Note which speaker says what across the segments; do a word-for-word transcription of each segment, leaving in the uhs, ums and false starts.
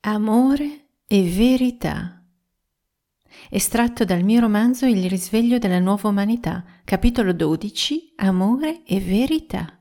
Speaker 1: Amore e verità. Estratto dal mio romanzo Il risveglio della nuova umanità, capitolo dodici, Amore e verità.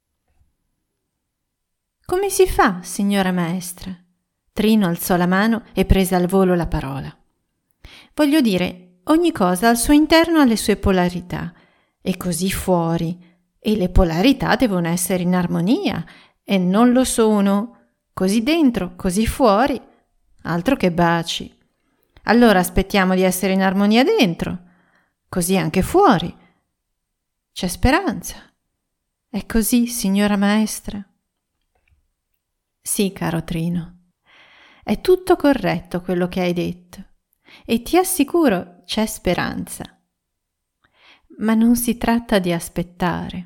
Speaker 1: Come si fa, signora maestra? Trino alzò la mano e prese al volo la parola. Voglio dire, ogni cosa al suo interno ha le sue polarità, e così fuori, e le polarità devono essere in armonia, e non lo sono. Così dentro, così fuori, altro che baci. Allora aspettiamo di essere in armonia dentro, così anche fuori. C'è speranza. È così, signora maestra? Sì, caro Trino, è tutto corretto quello che hai detto, e ti assicuro c'è speranza. Ma non si tratta di aspettare.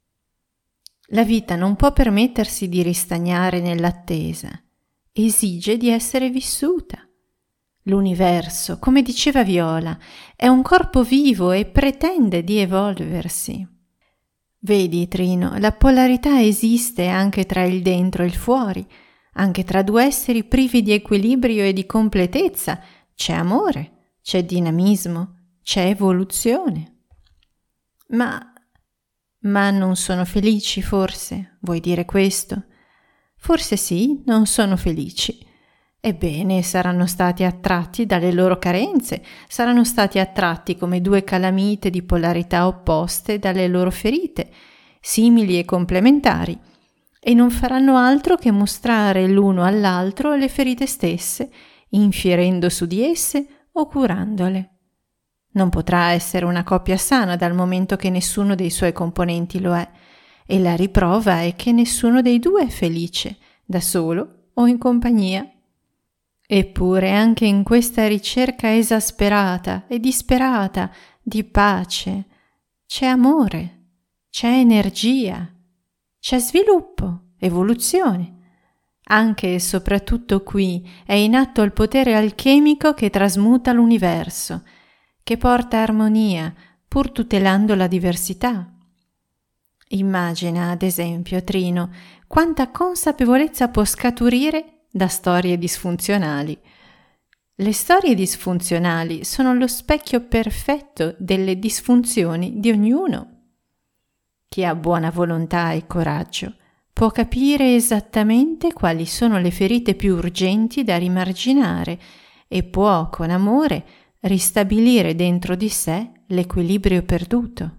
Speaker 1: La vita non può permettersi di ristagnare nell'attesa, esige di essere vissuta. L'universo, come diceva Viola, è un corpo vivo e pretende di evolversi. Vedi, Trino, la polarità esiste anche tra il dentro e il fuori, anche tra due esseri privi di equilibrio e di completezza. C'è amore, c'è dinamismo, c'è evoluzione. Ma... Ma non sono felici, forse? Vuoi dire questo? Forse sì, non sono felici. Ebbene, saranno stati attratti dalle loro carenze, saranno stati attratti come due calamite di polarità opposte dalle loro ferite, simili e complementari, e non faranno altro che mostrare l'uno all'altro le ferite stesse, infierendo su di esse o curandole. Non potrà essere una coppia sana dal momento che nessuno dei suoi componenti lo è, e la riprova è che nessuno dei due è felice, da solo o in compagnia. Eppure anche in questa ricerca esasperata e disperata di pace c'è amore, c'è energia, c'è sviluppo, evoluzione. Anche e soprattutto qui è in atto il potere alchemico che trasmuta l'universo, che porta armonia, pur tutelando la diversità. Immagina, ad esempio, Trino, quanta consapevolezza può scaturire da storie disfunzionali. Le storie disfunzionali sono lo specchio perfetto delle disfunzioni di ognuno. Chi ha buona volontà e coraggio può capire esattamente quali sono le ferite più urgenti da rimarginare e può, con amore, ristabilire dentro di sé l'equilibrio perduto.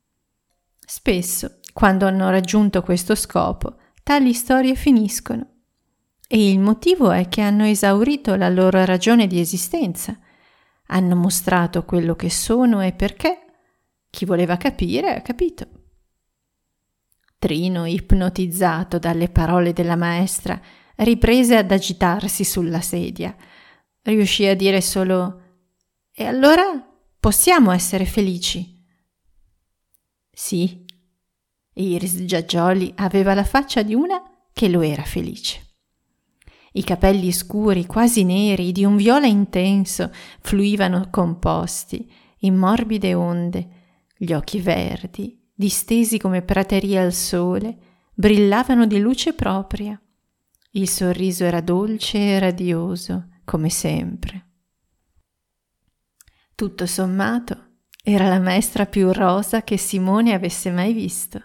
Speaker 1: Spesso, quando hanno raggiunto questo scopo, tali storie finiscono, e il motivo è che hanno esaurito la loro ragione di esistenza, hanno mostrato quello che sono e perché. Chi voleva capire ha capito. Trino, ipnotizzato dalle parole della maestra, riprese ad agitarsi sulla sedia. Riuscì a dire solo: «E allora possiamo essere felici?» Sì, Iris Giagioli aveva la faccia di una che lo era felice. I capelli scuri, quasi neri, di un viola intenso, fluivano composti, in morbide onde. Gli occhi verdi, distesi come praterie al sole, brillavano di luce propria. Il sorriso era dolce e radioso, come sempre. Tutto sommato, era la maestra più rosa che Simone avesse mai visto.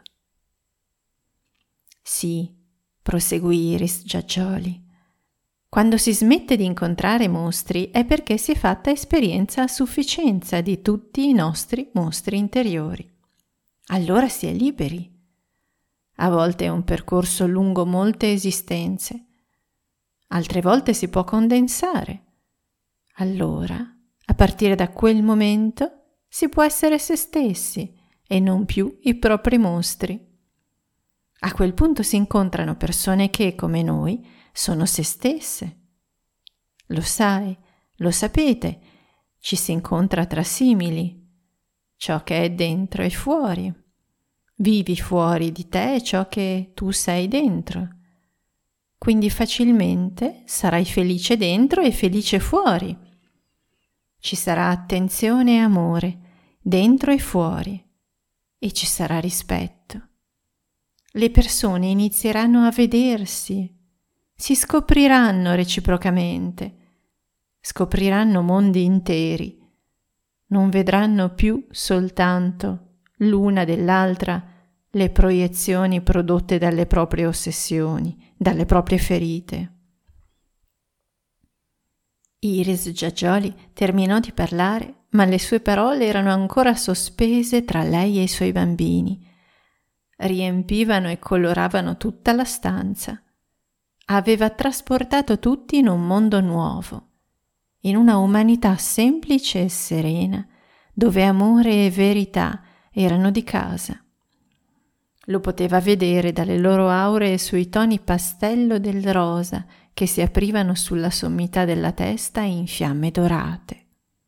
Speaker 1: Sì, proseguì Iris Giagioli, quando si smette di incontrare mostri è perché si è fatta esperienza a sufficienza di tutti i nostri mostri interiori. Allora si è liberi. A volte è un percorso lungo molte esistenze, altre volte si può condensare. Allora, a partire da quel momento, si può essere se stessi e non più i propri mostri. A quel punto si incontrano persone che, come noi, sono se stesse. Lo sai, lo sapete, ci si incontra tra simili. Ciò che è dentro e fuori. Vivi fuori di te ciò che tu sei dentro. Quindi facilmente sarai felice dentro e felice fuori. Ci sarà attenzione e amore, dentro e fuori, e ci sarà rispetto. Le persone inizieranno a vedersi, Si scopriranno reciprocamente, scopriranno mondi interi, non vedranno più soltanto l'una dell'altra le proiezioni prodotte dalle proprie ossessioni, dalle proprie ferite. Iris Giagioli terminò di parlare, ma le sue parole erano ancora sospese tra lei e i suoi bambini. Riempivano e coloravano tutta la stanza. Aveva trasportato tutti in un mondo nuovo, in una umanità semplice e serena, dove amore e verità erano di casa. Lo poteva vedere dalle loro auree sui toni pastello del rosa che si aprivano sulla sommità della testa in fiamme dorate.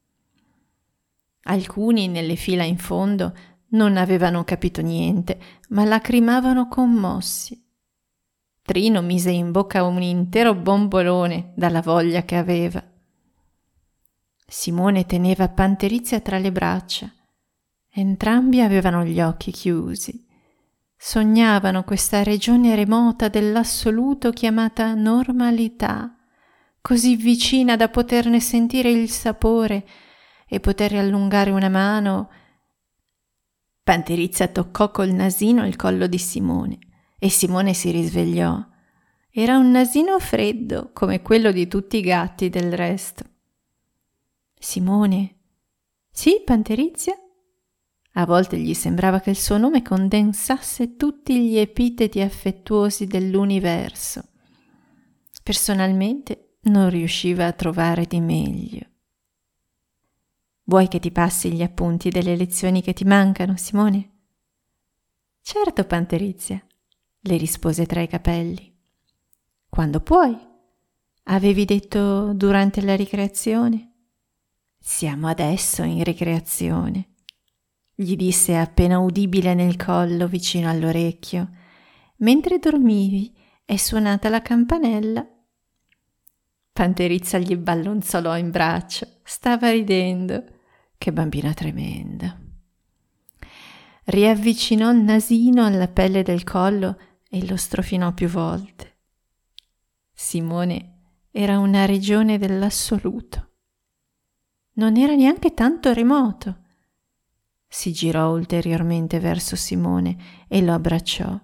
Speaker 1: Alcuni nelle fila in fondo non avevano capito niente, ma lacrimavano commossi. Trino mise in bocca un intero bombolone dalla voglia che aveva. Simone teneva Panterizia tra le braccia. Entrambi avevano gli occhi chiusi. Sognavano questa regione remota dell'assoluto chiamata normalità, così vicina da poterne sentire il sapore e poter allungare una mano. Panterizia toccò col nasino il collo di Simone e Simone si risvegliò. Era un nasino freddo, come quello di tutti i gatti del resto. Simone? Sì, Panterizia? A volte gli sembrava che il suo nome condensasse tutti gli epiteti affettuosi dell'universo. Personalmente non riusciva a trovare di meglio. Vuoi che ti passi gli appunti delle lezioni che ti mancano, Simone? Certo, Panterizia, le rispose tra i capelli. Quando puoi? Avevi detto durante la ricreazione? Siamo adesso in ricreazione, gli disse appena udibile nel collo vicino all'orecchio. Mentre dormivi è suonata la campanella. Panterizia gli ballonzolò in braccio, stava ridendo. Che bambina tremenda. Riavvicinò il nasino alla pelle del collo e lo strofinò più volte. Simone era una regione dell'assoluto. Non era neanche tanto remoto. Si girò ulteriormente verso Simone e lo abbracciò.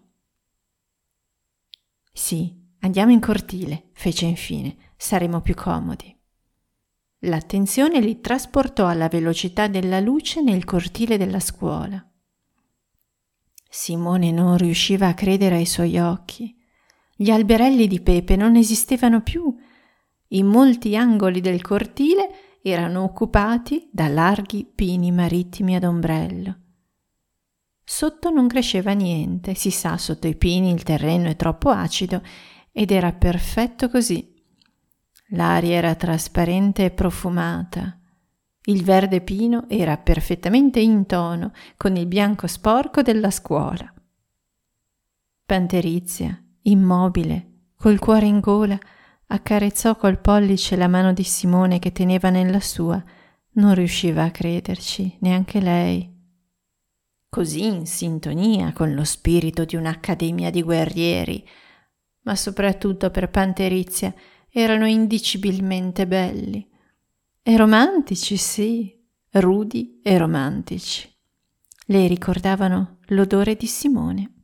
Speaker 1: Sì, andiamo in cortile, fece infine, saremo più comodi. L'attenzione li trasportò alla velocità della luce nel cortile della scuola. Simone non riusciva a credere ai suoi occhi. Gli alberelli di pepe non esistevano più. In molti angoli del cortile erano occupati da larghi pini marittimi ad ombrello. Sotto non cresceva niente, si sa, sotto i pini il terreno è troppo acido ed era perfetto così. L'aria era trasparente e profumata. Il verde pino era perfettamente in tono con il bianco sporco della scuola. Panterizia, immobile, col cuore in gola, accarezzò col pollice la mano di Simone che teneva nella sua. Non riusciva a crederci, neanche lei. Così in sintonia con lo spirito di un'accademia di guerrieri, ma soprattutto per Panterizia erano indicibilmente belli. E romantici, sì, rudi e romantici. Le ricordavano l'odore di Simone.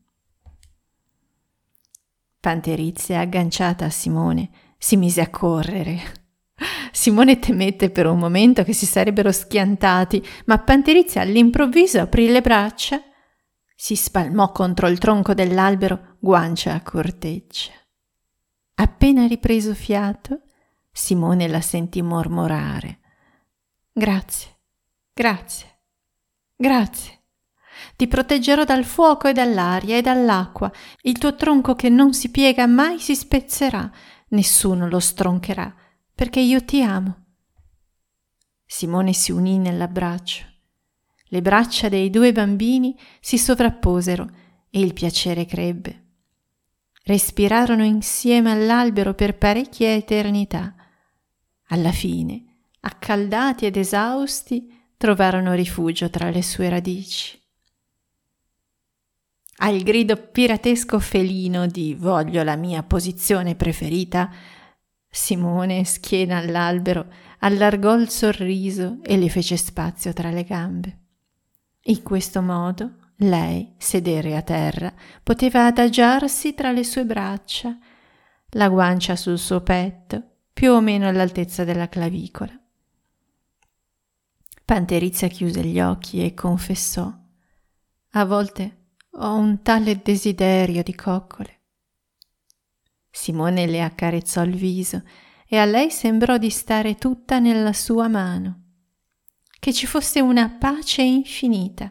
Speaker 1: Panterizia, agganciata a Simone, si mise a correre. Simone temette per un momento che si sarebbero schiantati, ma Panterizia all'improvviso aprì le braccia, si spalmò contro il tronco dell'albero, guancia a corteccia. Appena ripreso fiato, Simone la sentì mormorare: «Grazie, grazie, grazie. Ti proteggerò dal fuoco e dall'aria e dall'acqua. Il tuo tronco che non si piega mai si spezzerà. Nessuno lo stroncherà, perché io ti amo». Simone si unì nell'abbraccio. Le braccia dei due bambini si sovrapposero e il piacere crebbe. Respirarono insieme all'albero per parecchie eternità. Alla fine, accaldati ed esausti, trovarono rifugio tra le sue radici. Al grido piratesco felino di «Voglio la mia posizione preferita», Simone, schiena all'albero, allargò il sorriso e le fece spazio tra le gambe. In questo modo lei, sedere a terra, poteva adagiarsi tra le sue braccia, la guancia sul suo petto, più o meno all'altezza della clavicola. Panterizia chiuse gli occhi e confessò: «A volte ho un tale desiderio di coccole». Simone le accarezzò il viso e a lei sembrò di stare tutta nella sua mano, che ci fosse una pace infinita.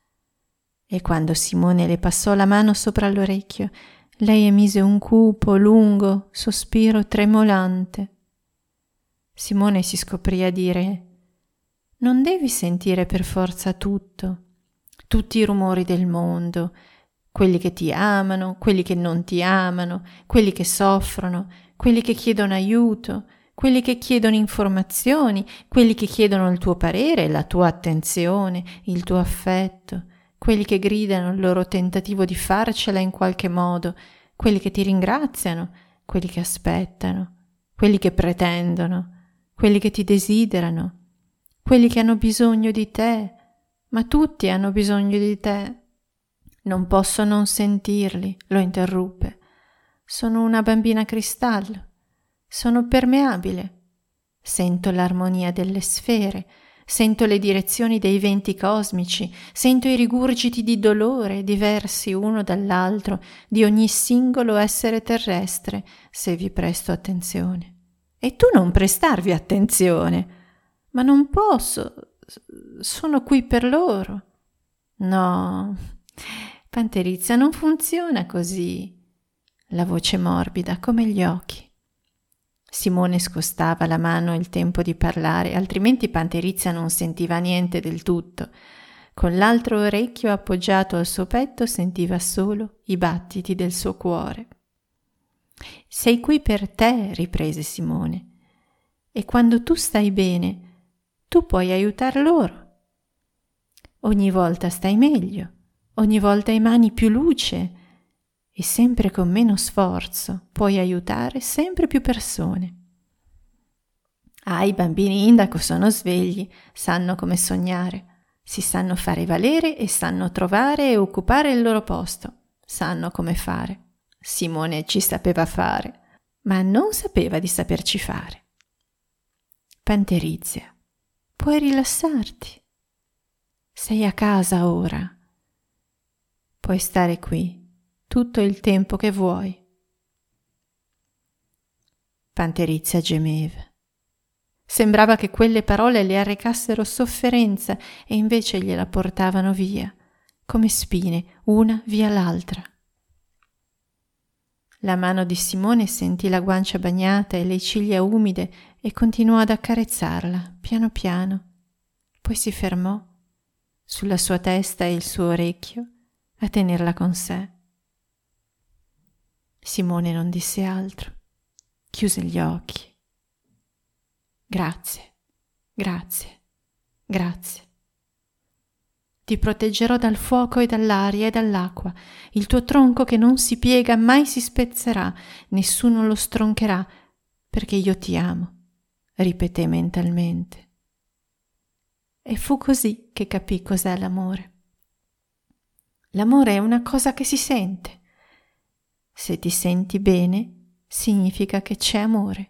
Speaker 1: E quando Simone le passò la mano sopra l'orecchio, lei emise un cupo, lungo sospiro tremolante. Simone si scoprì a dire: «Non devi sentire per forza tutto, tutti i rumori del mondo, quelli che ti amano, quelli che non ti amano, quelli che soffrono, quelli che chiedono aiuto, quelli che chiedono informazioni, quelli che chiedono il tuo parere, la tua attenzione, il tuo affetto, quelli che gridano il loro tentativo di farcela in qualche modo, quelli che ti ringraziano, quelli che aspettano, quelli che pretendono, quelli che ti desiderano, quelli che hanno bisogno di te, ma tutti hanno bisogno di te». «Non posso non sentirli», lo interruppe. «Sono una bambina cristallo, sono permeabile. Sento l'armonia delle sfere, sento le direzioni dei venti cosmici, sento i rigurgiti di dolore diversi uno dall'altro di ogni singolo essere terrestre, se vi presto attenzione. E tu non prestarvi attenzione». «Ma non posso, sono qui per loro». «No, Panterizia, non funziona così». La voce morbida come gli occhi. Simone scostava la mano il tempo di parlare, altrimenti Panterizia non sentiva niente del tutto. Con l'altro orecchio appoggiato al suo petto sentiva solo i battiti del suo cuore. «Sei qui per te», riprese Simone, «e quando tu stai bene, tu puoi aiutar loro. Ogni volta stai meglio. Ogni volta emani più luce e sempre con meno sforzo puoi aiutare sempre più persone. Ah, i bambini indaco sono svegli, sanno come sognare, si sanno fare valere e sanno trovare e occupare il loro posto, sanno come fare. Simone ci sapeva fare, ma non sapeva di saperci fare. Panterizia, puoi rilassarti. Sei a casa ora. Puoi stare qui tutto il tempo che vuoi». Panterizia gemeva. Sembrava che quelle parole le arrecassero sofferenza e invece gliela portavano via, come spine, una via l'altra. La mano di Simone sentì la guancia bagnata e le ciglia umide e continuò ad accarezzarla, piano piano. Poi si fermò sulla sua testa e il suo orecchio a tenerla con sé. Simone non disse altro, chiuse gli occhi. «Grazie, grazie, grazie. Ti proteggerò dal fuoco e dall'aria e dall'acqua. Il tuo tronco che non si piega mai si spezzerà, nessuno lo stroncherà, perché io ti amo», ripeté mentalmente. E fu così che capì cos'è l'amore. L'amore è una cosa che si sente. Se ti senti bene, significa che c'è amore.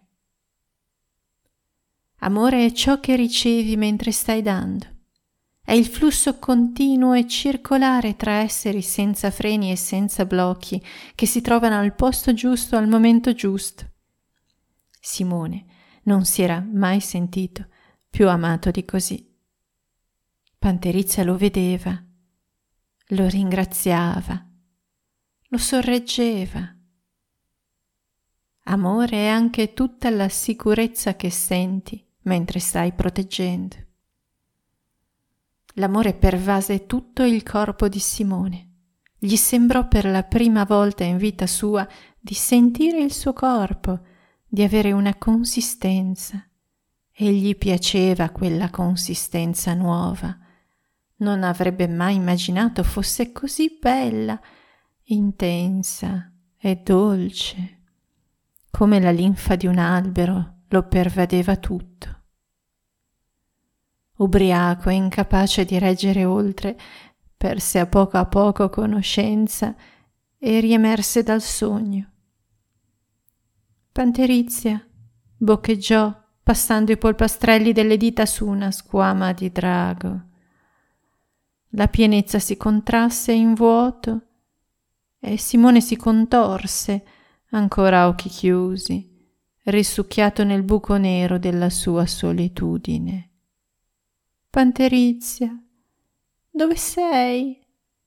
Speaker 1: Amore è ciò che ricevi mentre stai dando. È il flusso continuo e circolare tra esseri senza freni e senza blocchi che si trovano al posto giusto al momento giusto. Simone non si era mai sentito più amato di così. Panterizia lo vedeva, lo ringraziava, lo sorreggeva. Amore è anche tutta la sicurezza che senti mentre stai proteggendo. L'amore pervase tutto il corpo di Simone. Gli sembrò per la prima volta in vita sua di sentire il suo corpo, di avere una consistenza, e gli piaceva quella consistenza nuova. Non avrebbe mai immaginato fosse così bella, intensa e dolce, come la linfa di un albero lo pervadeva tutto. Ubriaco e incapace di reggere oltre, perse a poco a poco conoscenza e riemerse dal sogno. Panterizia boccheggiò passando i polpastrelli delle dita su una squama di drago. La pienezza si contrasse in vuoto e Simone si contorse, ancora a occhi chiusi, risucchiato nel buco nero della sua solitudine. Panterizia, dove sei?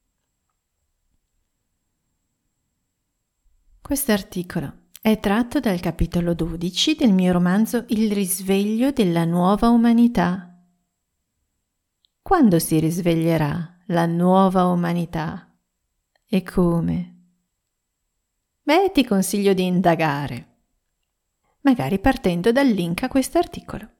Speaker 1: Questo articolo è tratto dal capitolo dodici del mio romanzo Il risveglio della nuova umanità. Quando si risveglierà la nuova umanità? E come? Beh, ti consiglio di indagare, magari partendo dal link a questo articolo.